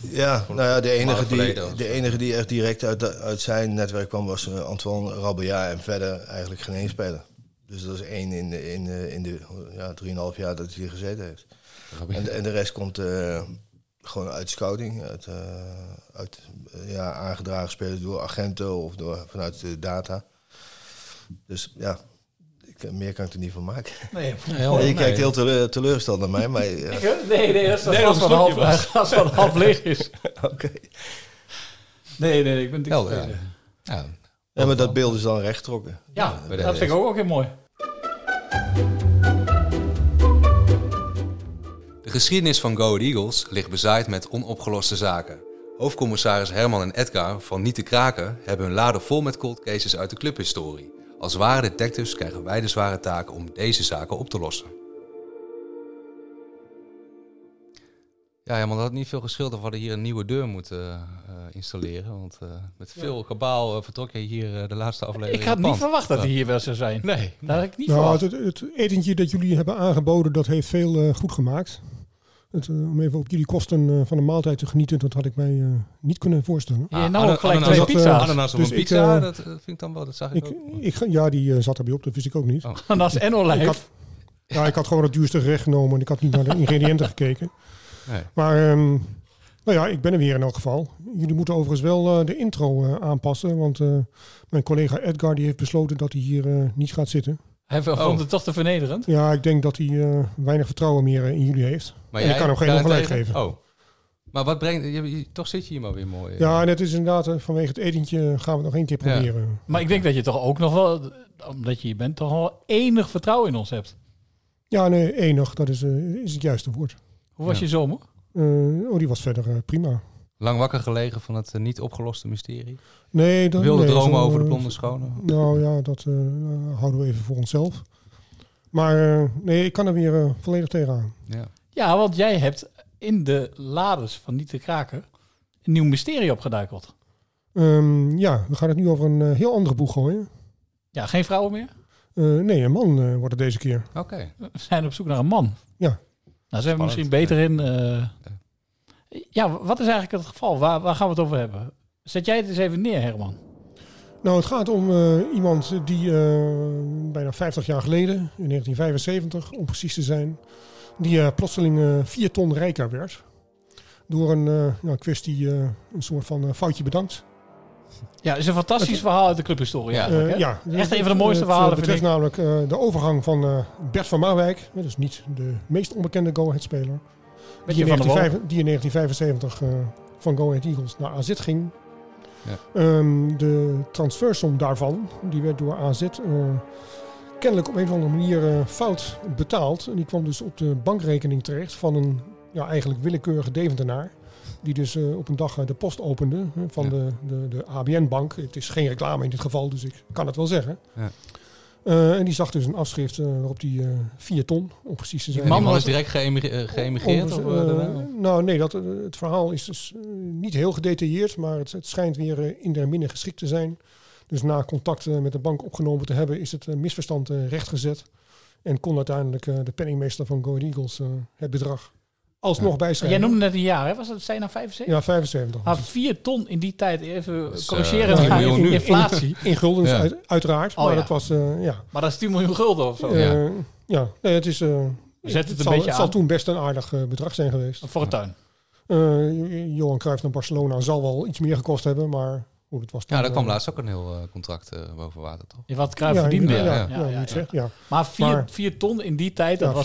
de enige die echt direct uit zijn netwerk kwam was Antoine Rabia en verder eigenlijk geen één speler. Dus dat is één in de 3,5 jaar dat hij hier gezeten heeft. En de rest komt gewoon uit scouting, uit aangedragen spelers door agenten of vanuit de data. Dus ja, meer kan ik er niet van maken. Je kijkt heel teleurgesteld naar mij. Maar, nee, dat is van half leeg is. Oké. Nee, ik ben dik tevreden. Ja, maar dat beeld is dan recht getrokken. Ja, dat vind ik ook heel mooi. De geschiedenis van Go Ahead Eagles ligt bezaaid met onopgeloste zaken. Hoofdcommissaris Herman en Edgar van Niet te Kraken hebben hun laden vol met cold cases uit de clubhistorie. Als ware detectives krijgen wij de zware taak om deze zaken op te lossen. Ja, maar dat had niet veel geschild of we hadden hier een nieuwe deur moeten installeren. Want met veel kabaal vertrok je hier de laatste aflevering. Ik had niet verwacht dat hij hier wel zou zijn. Nee. Dat had ik niet verwacht. Het etentje dat jullie hebben aangeboden, dat heeft veel goed gemaakt. Om even op jullie kosten van de maaltijd te genieten, dat had ik mij niet kunnen voorstellen. Ook gelijk 2 pizza's. Ananas op een pizza, dat vind ik dan wel, dat zag ik ook. Ja, die zat erbij op, dat wist ik ook niet. Ananas en olijf. Ik had gewoon het duurste gerecht genomen en ik had niet naar de ingrediënten gekeken. Nee. Maar ik ben er weer in elk geval. Jullie moeten overigens wel de intro aanpassen, want mijn collega Edgar die heeft besloten dat hij hier niet gaat zitten. Hij vond het toch te vernederend? Ja, ik denk dat hij weinig vertrouwen meer in jullie heeft. Maar ik kan hem geen ongelijk geven. Oh. Maar wat brengt... Toch zit je hier maar weer mooi. Ja, en het is inderdaad vanwege het etentje gaan we het nog 1 keer proberen. Ja. Maar ik denk dat je toch ook nog wel, omdat je hier bent, toch wel enig vertrouwen in ons hebt. Ja, nee, enig. Dat is het juiste woord. Hoe was je zomer? Die was verder prima. Lang wakker gelegen van het niet opgeloste mysterie? Nee. Wilde dromen over de blonde schone? Nou ja, dat houden we even voor onszelf. Maar ik kan er weer volledig tegenaan. Ja, want jij hebt in de lades van Niet te Kraken een nieuw mysterie opgeduikeld. We gaan het nu over een heel andere boeg gooien. Ja, geen vrouwen meer? Nee, een man wordt het deze keer. Oké. We zijn op zoek naar een man. Ja. Nou, zijn we misschien beter in... wat is eigenlijk het geval? Waar gaan we het over hebben? Zet jij het eens even neer, Herman. Nou, het gaat om iemand die bijna 50 jaar geleden, in 1975 om precies te zijn, die plotseling 4 ton rijker werd. Door een kwestie, een soort van foutje bedankt. Ja, het is een fantastisch verhaal uit de clubhistorie. Ja, echt een van de mooiste verhalen. Het betreft namelijk de overgang van Bert van Marwijk, dus niet de meest onbekende Go Ahead speler, die in 1975 van Go Ahead Eagles naar AZ ging. Ja. De transfersom daarvan, die werd door AZ kennelijk op een of andere manier fout betaald. En die kwam dus op de bankrekening terecht van een eigenlijk willekeurige Deventenaar. Die dus op een dag de post opende van de ABN-bank. Het is geen reclame in dit geval, dus ik kan het wel zeggen. Ja. En die zag dus een afschrift waarop die 4 ton, om precies te zijn. Die man was direct geëmigreerd? Nee, het verhaal is dus niet heel gedetailleerd, maar het schijnt weer in der minne geschikt te zijn. Dus na contact met de bank opgenomen te hebben, is het misverstand rechtgezet. En kon uiteindelijk de penningmeester van Go Ahead Eagles het bedrag alsnog bijschrijven. Jij noemde net een jaar, hè? Was dat, zei je nou 75? Ja, 75. Maar 4 ton in die tijd, even corrigeren naar inflatie. In guldens uiteraard, maar dat was, Maar dat is 10 miljoen gulden of zo? Nee, het is... het zal toen best een aardig bedrag zijn geweest. Voor een tuin? Johan Cruijff naar Barcelona zal wel iets meer gekost hebben, maar... Het was daar kwam laatst ook een heel contract boven water, toch? Ja, wat Cruijff verdiende. Ja. Maar 4 ton in die tijd, dat was...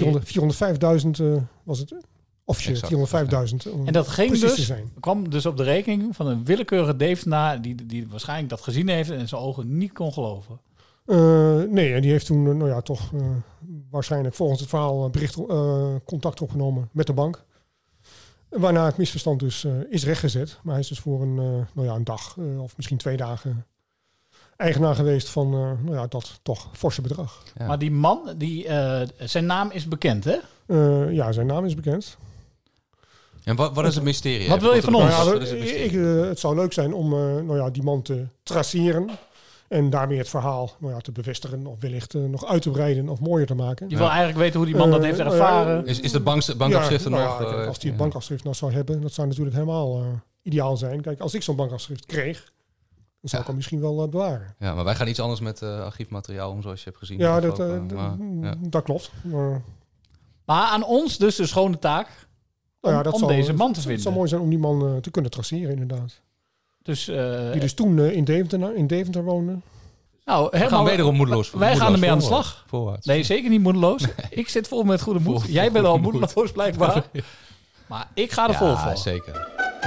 405.000 was het officieel, 405.000. En dat kwam dus op de rekening van een willekeurige Deventenaar die waarschijnlijk dat gezien heeft en zijn ogen niet kon geloven. Nee, en die heeft toen toch waarschijnlijk volgens het verhaal contact opgenomen met de bank. Waarna het misverstand dus is rechtgezet. Maar hij is dus voor een dag of misschien 2 dagen eigenaar geweest van dat toch forse bedrag. Ja. Maar die man, zijn naam is bekend, hè? Zijn naam is bekend. En wat is het mysterie? Wat wil je van ons? Het zou leuk zijn om die man te traceren. En daarmee het verhaal te bevestigen of wellicht nog uit te breiden of mooier te maken. Je wil eigenlijk weten hoe die man dat heeft ervaren. Is de bankafschrift er nog? Kijk, als hij het bankafschrift nog zou hebben, dat zou natuurlijk helemaal ideaal zijn. Kijk, als ik zo'n bankafschrift kreeg, dan zou ik hem misschien wel bewaren. Ja, maar wij gaan iets anders met archiefmateriaal om, zoals je hebt gezien. Ja, dat klopt. Maar aan ons dus de schone taak om deze man te vinden. Het zou mooi zijn om die man te kunnen traceren, inderdaad. Dus, die dus toen in Deventer woonde. Nou, we gaan wederom moedeloos. Wij gaan ermee aan de slag. Voorwaarts. Nee, zeker niet moedeloos. Ik zit vol met goede moed. Jij bent al moedeloos blijkbaar. Maar ik ga er vol voor. Ja, zeker.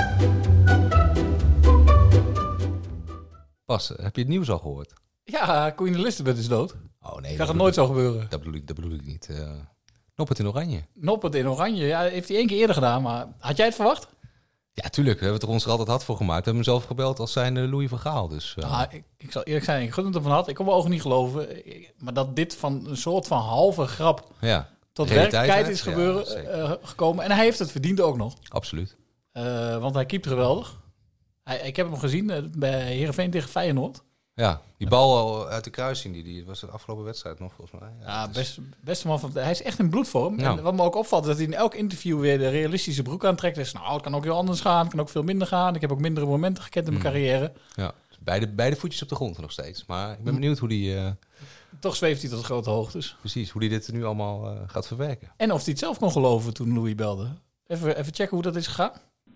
Pas, heb je het nieuws al gehoord? Ja, Queen Elizabeth is dood. Oh nee. Dat gaat nooit zo gebeuren. Dat bedoel ik niet. Noppert in oranje. Noppert in oranje. Ja, heeft hij 1 keer eerder gedaan. Maar had jij het verwacht? Ja, tuurlijk. We hebben het er ons er altijd hard voor gemaakt. We hebben hem zelf gebeld als zijn Louis van Gaal. Dus, ik zal eerlijk zijn, ik gun het ervan had. Ik kon mijn ogen niet geloven. Maar dat dit van een soort van halve grap tot werkelijkheid is gekomen. En hij heeft het verdiend ook nog. Absoluut. Want hij keept geweldig. Ik heb hem gezien bij Heerenveen tegen Feyenoord. Ja, die bal uit de kruising, die was de afgelopen wedstrijd nog volgens mij. Ja, beste man van... Hij is echt in bloedvorm. Ja. En wat me ook opvalt, is dat hij in elk interview weer de realistische broek aantrekt. Dus het kan ook heel anders gaan, het kan ook veel minder gaan. Ik heb ook mindere momenten gekend in mijn carrière. Ja, beide voetjes op de grond nog steeds. Maar ik ben benieuwd hoe die... Toch zweeft hij tot grote hoogtes. Precies, hoe hij dit nu allemaal gaat verwerken. En of hij het zelf kon geloven toen Louis belde. Even checken hoe dat is gegaan.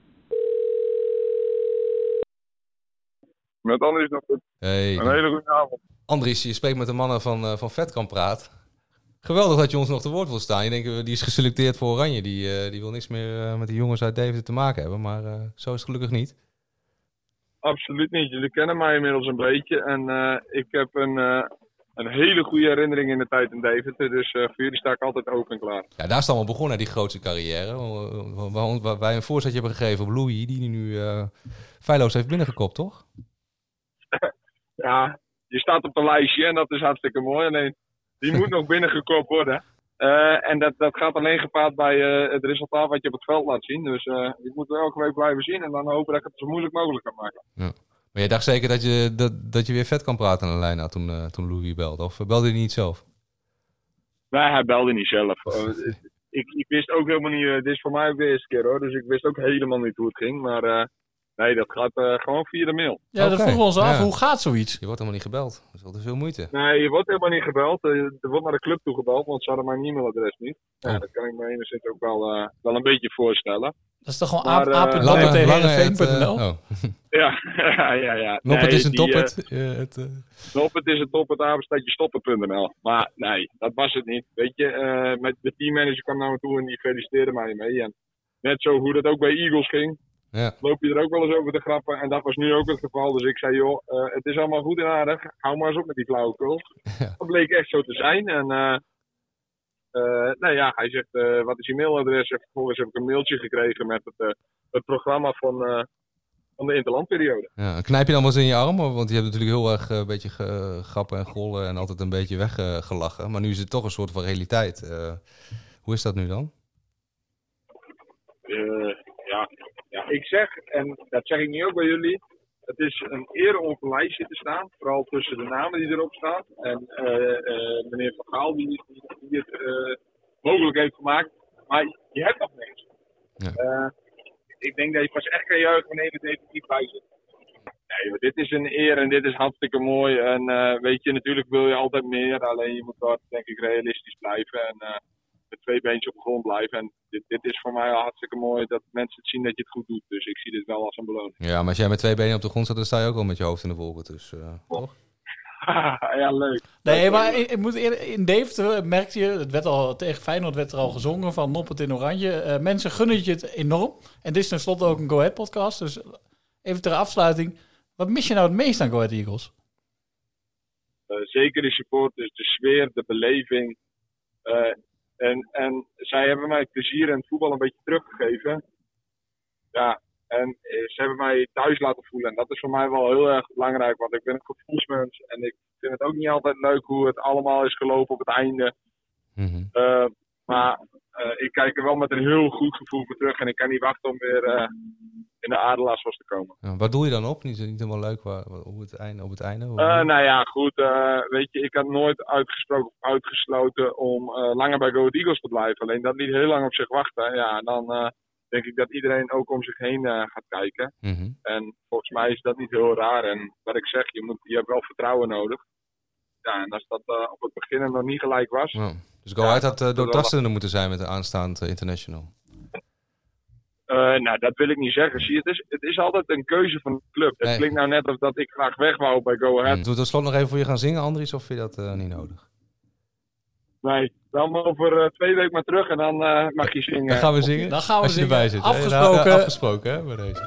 Met Andries nog goed. Hey. Een hele goede avond. Andries, je spreekt met de mannen van Vetkamp Praat. Geweldig dat je ons nog te woord wil staan. Je denkt, die is geselecteerd voor Oranje. Die wil niks meer met die jongens uit Deventer te maken hebben. Maar zo is het gelukkig niet. Absoluut niet. Jullie kennen mij inmiddels een beetje. En ik heb een hele goede herinnering in de tijd in Deventer. Dus voor jullie sta ik altijd open en klaar. Ja, daar is het allemaal begonnen, die grootste carrière. Waar wij een voorzetje hebben gegeven op Louis. Die nu feilloos heeft binnengekopt, toch? Ja, je staat op een lijstje en dat is hartstikke mooi. Alleen, die moet nog binnengekopt worden. En dat gaat alleen gepaard bij het resultaat wat je op het veld laat zien. Dus ik moet er elke week blijven zien en dan hopen dat ik het zo moeilijk mogelijk kan maken. Ja. Maar je dacht zeker dat je weer Vetkamp Praat aan de lijn had toen Louis belde? Of belde hij niet zelf? Nee, hij belde niet zelf. Ik wist ook helemaal niet, dit is voor mij ook de eerste keer hoor. Dus ik wist ook helemaal niet hoe het ging. Maar... Nee, dat gaat gewoon via de mail. Ja, dat vroegen we ons af. Hoe gaat zoiets? Je wordt helemaal niet gebeld. Dat is wel te veel moeite. Nee, je wordt helemaal niet gebeld. Er wordt naar de club toe gebeld, want ze hadden mijn e-mailadres niet. Ja, dat kan ik me enigszins ook wel een beetje voorstellen. Dat is toch gewoon apen@heerenveen.nl? Ja. Noppert is een toppert. Noppert is een toppert, apenstaatjestoppert.nl. Maar nee, dat was het niet. Weet je, met de teammanager kwam naar me toe en die feliciteerde mij mee. En net zo hoe dat ook bij Eagles ging. Ja. Loop je er ook wel eens over te grappen. En dat was nu ook het geval. Dus ik zei, joh, het is allemaal goed en aardig. Hou maar eens op met die flauwekul. Ja. Dat bleek echt zo te zijn. En hij zegt, wat is je mailadres? En vervolgens heb ik een mailtje gekregen met het programma van de interlandperiode. Ja, knijp je dan wel eens in je arm? Want je hebt natuurlijk heel erg een beetje grappen en gollen en altijd een beetje weggelachen. Maar nu is het toch een soort van realiteit. Hoe is dat nu dan? Ja, ik zeg, en dat zeg ik niet ook bij jullie, het is een eer om op een lijstje te staan. Vooral tussen de namen die erop staan. En meneer Van Gaal die het mogelijk heeft gemaakt. Maar je hebt nog niks. Ja. Ik denk dat je pas echt kan juichen wanneer het definitief bij zit. Nee, dit is een eer en dit is hartstikke mooi. En weet je, natuurlijk wil je altijd meer. Alleen je moet wel, denk ik, realistisch blijven. En met 2 beentjes op de grond blijven. En dit is voor mij al hartstikke mooi dat mensen het zien dat je het goed doet. Dus ik zie dit wel als een beloning. Ja, maar als jij met 2 benen op de grond staat, dan sta je ook wel met je hoofd in de wolken. Dus, toch? Ja, leuk. Nee, maar ik moet in Deventer merkte je, het werd al tegen Feyenoord werd er al gezongen van Noppert in oranje. Mensen gunnen je het enorm. En dit is tenslotte ook een Go Ahead podcast. Dus even ter afsluiting. Wat mis je nou het meest aan Go Ahead Eagles? Zeker de support, dus de sfeer, de beleving. En zij hebben mij het plezier in het voetbal een beetje teruggegeven. Ja, en ze hebben mij thuis laten voelen. En dat is voor mij wel heel erg belangrijk, want ik ben een gevoelsmens. En ik vind het ook niet altijd leuk hoe het allemaal is gelopen op het einde. Mm-hmm. Maar ik kijk er wel met een heel goed gevoel voor terug. En ik kan niet wachten om weer in de Adelaarsbos te komen. Ja, waar doe je dan op? Niet helemaal leuk op het einde? Nou ja, goed. Weet je, ik had nooit uitgesloten om langer bij Go Ahead Eagles te blijven. Alleen dat liet heel lang op zich wachten. Ja, en dan denk ik dat iedereen ook om zich heen gaat kijken. Mm-hmm. En volgens mij is dat niet heel raar. En wat ik zeg, je hebt wel vertrouwen nodig. Ja, en als dat op het begin nog niet gelijk was... Ja. Dus Go Ahead had doortastender moeten zijn met de aanstaand international. Nou, dat wil ik niet zeggen. Zie je, het is altijd een keuze van de club. Het klinkt nou net alsof dat ik graag weg wou bij Go Ahead. Doe tot slot nog even voor je gaan zingen, Andries, of vind je dat niet nodig? Nee, dan over 2 weken maar terug en dan mag je zingen. Dan gaan we zingen? Dan gaan we als je zingen. erbij zit. Afgesproken. Afgesproken, hè, bij deze.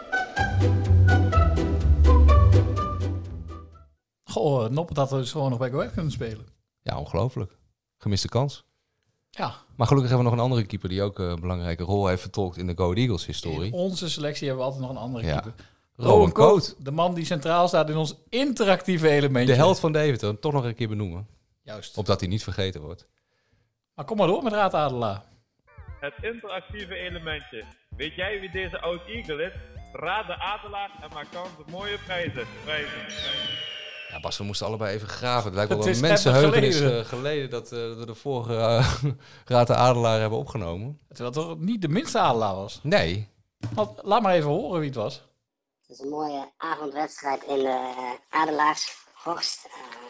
Goh, Noppert had dus gewoon nog bij Go Ahead kunnen spelen. Ja, ongelooflijk. Gemiste kans. Ja. Maar gelukkig hebben we nog een andere keeper die ook een belangrijke rol heeft vertolkt in de Go Ahead Eagles historie. In onze selectie hebben we altijd nog een andere keeper. Rowan Coat. De man die centraal staat in ons interactieve elementje. De held van Deventer, toch nog een keer benoemen. Juist. Opdat hij niet vergeten wordt. Maar kom maar door met Raad Adelaar. Het interactieve elementje. Weet jij wie deze oud-Eagle is? Raad de Adelaar en maak kans op mooie prijzen. Ja, Bas, we moesten allebei even graven. Het lijkt wel een mensenheugenis geleden dat we de vorige Raad de Adelaar hebben opgenomen. Terwijl het toch niet de minste Adelaar was? Nee. Laat maar even horen wie het was. Het is een mooie avondwedstrijd in de Adelaarshorst.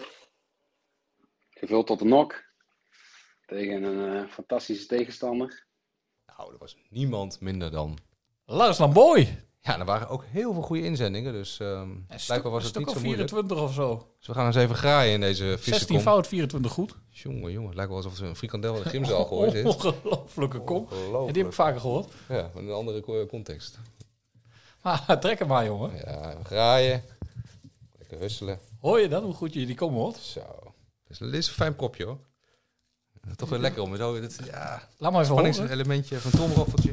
Gevuld tot de nok. Tegen een fantastische tegenstander. Nou, er was niemand minder dan... Lars Lamboy. Ja, er waren ook heel veel goede inzendingen, dus blijkbaar was het niet zo moeilijk. 24 of zo. Dus we gaan eens even graaien in deze vissenkom. 16 fout, 24 goed. Jongen, het lijkt wel alsof er een frikandel in de gymzaal gegooid is. Ongelooflijke kom. Ja, die heb ik vaker gehoord. Ja, met een andere context. Maar trek hem maar, jongen. Ja, graaien. Lekker wisselen. Hoor je dat, hoe goed je die kom hoort? Zo. Dit is een fijn propje, hoor. Toch weer lekker om zo. Ja, laat maar even horen. Elementje, even een tromroffeltje.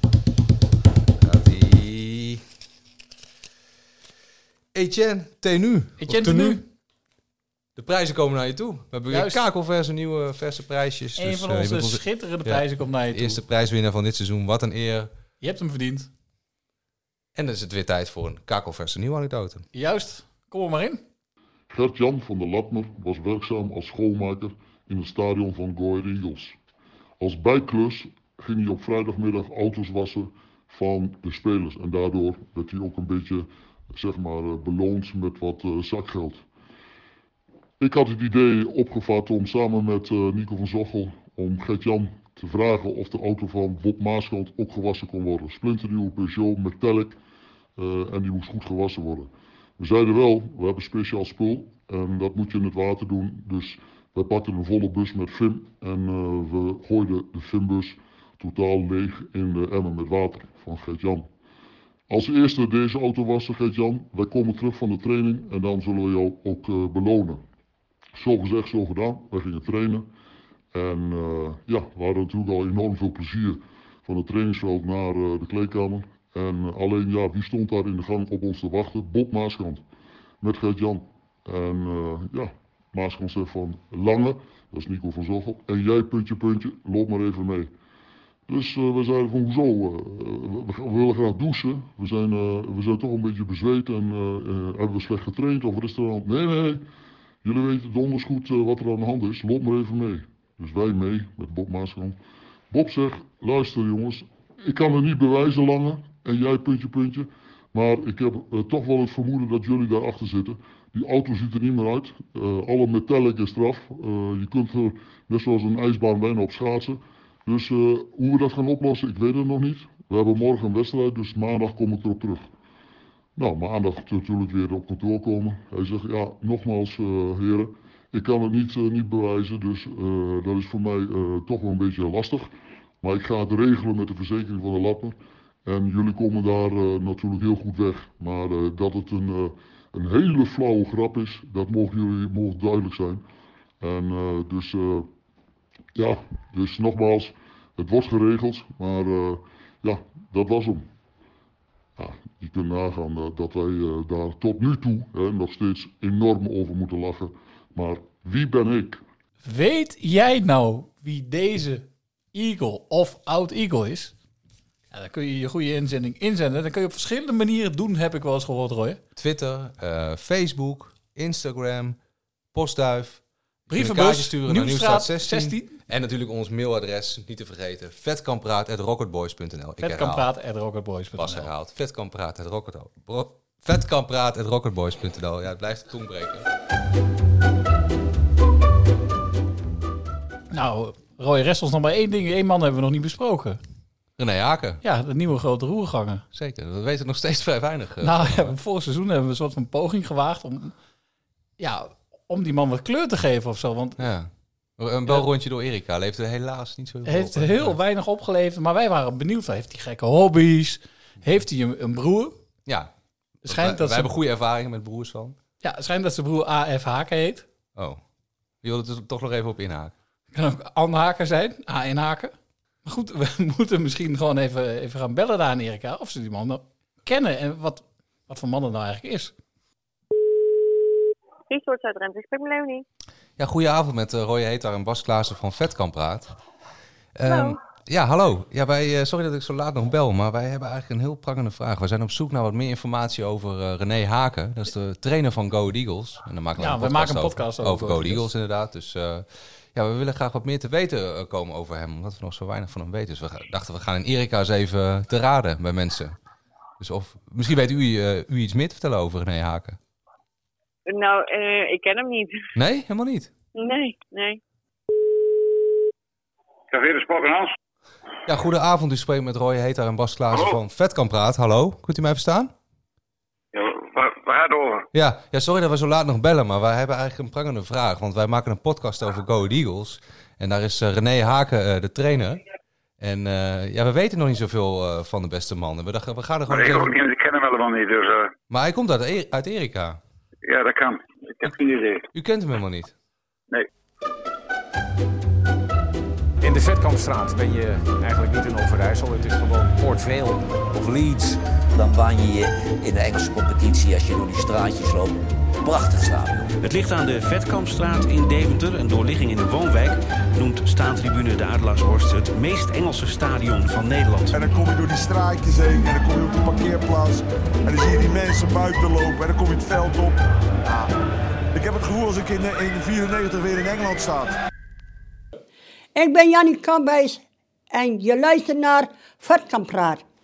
Etienne Tenu. De prijzen komen naar je toe. We hebben weer kakelverse nieuwe verse prijsjes. Een van onze schitterende prijzen komt naar je toe. Eerste prijswinnaar van dit seizoen. Wat een eer. Je hebt hem verdiend. En dan is het weer tijd voor een kakelverse nieuwe anekdote. Juist. Kom er maar in. Gert-Jan van der Lapmer was werkzaam als schoonmaker in het stadion van Go Ahead Eagles. Als bijklus ging hij op vrijdagmiddag auto's wassen van de spelers. En daardoor werd hij ook een beetje, zeg maar, beloond met wat zakgeld. Ik had het idee opgevat om samen met Nico van Zochel om Gert-Jan te vragen of de auto van Bob Maaskant ook gewassen kon worden. Splinternieuwe Peugeot Metallic en die moest goed gewassen worden. We zeiden wel, we hebben speciaal spul en dat moet je in het water doen. Dus wij pakten een volle bus met Vim en we gooiden de Vimbus totaal leeg in de emmer met water van Gert-Jan. Als eerste deze auto wassen, Gert-Jan, wij komen terug van de training en dan zullen we jou ook belonen. Zo gezegd, zo gedaan. Wij gingen trainen. En we hadden natuurlijk al enorm veel plezier van het trainingsveld naar de kleedkamer. En alleen, ja, wie stond daar in de gang op ons te wachten? Bob Maaskant met Gert-Jan. En Maaskant zegt van Lange, dat is Nico van Zochel. En jij, puntje, loop maar even mee. Dus we zeiden van hoezo, we willen graag douchen. We zijn toch een beetje bezweet en hebben we slecht getraind of restaurant. Nee, jullie weten donders goed wat er aan de hand is. Loop maar even mee. Dus wij mee met Bob Maaskant. Bob zegt, luister jongens, ik kan het niet bewijzen Lange. En jij, puntje. Maar ik heb toch wel het vermoeden dat jullie daarachter zitten. Die auto ziet er niet meer uit. Alle metallic is eraf. Je kunt er net zoals een ijsbaan bijna op schaatsen. Dus hoe we dat gaan oplossen, ik weet het nog niet. We hebben morgen een wedstrijd, dus maandag kom ik erop terug. Nou, maandag natuurlijk weer op kantoor komen. Hij zegt, ja, nogmaals heren, ik kan het niet bewijzen. Dus dat is voor mij toch wel een beetje lastig. Maar ik ga het regelen met de verzekering van de Lapper. En jullie komen daar natuurlijk heel goed weg. Maar dat het een hele flauwe grap is, dat mogen duidelijk zijn. En dus nogmaals, het wordt geregeld, maar dat was hem. Ja, je kunt nagaan dat wij daar tot nu toe nog steeds enorm over moeten lachen. Maar wie ben ik? Weet jij nou wie deze Eagle of Oud Eagle is... Ja, dan kun je je goede inzending inzenden. Dan kun je op verschillende manieren doen, heb ik wel eens gehoord, Roy. Twitter, Facebook, Instagram, postduif. Brievenbus, sturen naar Nieuwstraat 16. En natuurlijk ons mailadres, niet te vergeten. vetkampraat@rocketboys.nl. Vetkampraat@rocketboys.nl. Pas herhaald. Vetkampraat@rocketboys.nl. Ja, het blijft de tong breken. Nou, Roy, rest ons nog maar één ding. Eén man hebben we nog niet besproken. René Haken. Ja, de nieuwe grote roerganger. Zeker, we weten nog steeds vrij weinig. Vorig seizoen hebben we een soort van poging gewaagd om die man wat kleur te geven of zo. Want een belrondje door Erika leverde helaas niet zo heel veel heeft heel weinig opgeleverd. Maar wij waren benieuwd. Heeft hij gekke hobby's? Heeft hij een broer? Ja, wij hebben goede ervaringen met broers van. Ja, het schijnt dat zijn broer A.F. Haken heet. Oh, die wilde er toch nog even op inhaken. Kan ook Anne Haken zijn, A.N. Haken. Maar goed, we moeten misschien gewoon even gaan bellen daar aan Erika. Of ze die man nou kennen en wat voor man het nou eigenlijk is. Resort Zuid-Drenthe, ik spreek met Leonie. Ja, goedenavond met Roy Hetar en Bas Klaassen van Vetkampraat. Hallo. Ja, hallo. Ja, sorry dat ik zo laat nog bel, maar wij hebben eigenlijk een heel prangende vraag. We zijn op zoek naar wat meer informatie over René Haken. Dat is de trainer van Go Ahead Eagles. En dan maken we maken een podcast over Go Ahead Eagles, inderdaad. Dus we willen graag wat meer te weten komen over hem, omdat we nog zo weinig van hem weten. Dus we dachten, we gaan in Erika eens even te raden bij mensen. Dus misschien weet u iets meer te vertellen over René Haken. Nou, ik ken hem niet. Nee? Helemaal niet? Nee. Café de Spok en Hans. Ja, goedenavond. U spreekt met Roy Hetar en Bas Klaassen van Vetkampraat. Hallo, kunt u mij verstaan? Ja, waar gaat het over? Ja, sorry dat we zo laat nog bellen, maar wij hebben eigenlijk een prangende vraag. Want wij maken een podcast over Go Ahead Eagles. En daar is René Haken de trainer. En we weten nog niet zoveel van de beste man. En we dachten, we gaan er gewoon... Ik ken hem helemaal niet, dus... Maar hij komt uit Erika. Ja, dat kan. Ik heb geen idee. U kent hem helemaal niet? Nee. In de Vetkampstraat ben je eigenlijk niet in Overijssel. Het is gewoon Port Vale of Leeds. Dan baan je je in de Engelse competitie als je door die straatjes loopt. Prachtig stadion. Het ligt aan de Vetkampstraat in Deventer. Een doorligging in de woonwijk noemt staantribune de Adelaarshorst het meest Engelse stadion van Nederland. En dan kom je door die straatjes heen en dan kom je op de parkeerplaats. En dan zie je die mensen buiten lopen en dan kom je het veld op. Ja, ik heb het gevoel als ik in 1994 weer in Engeland sta. Ik ben Jannie Kambeis en je luistert naar Vetkampraat.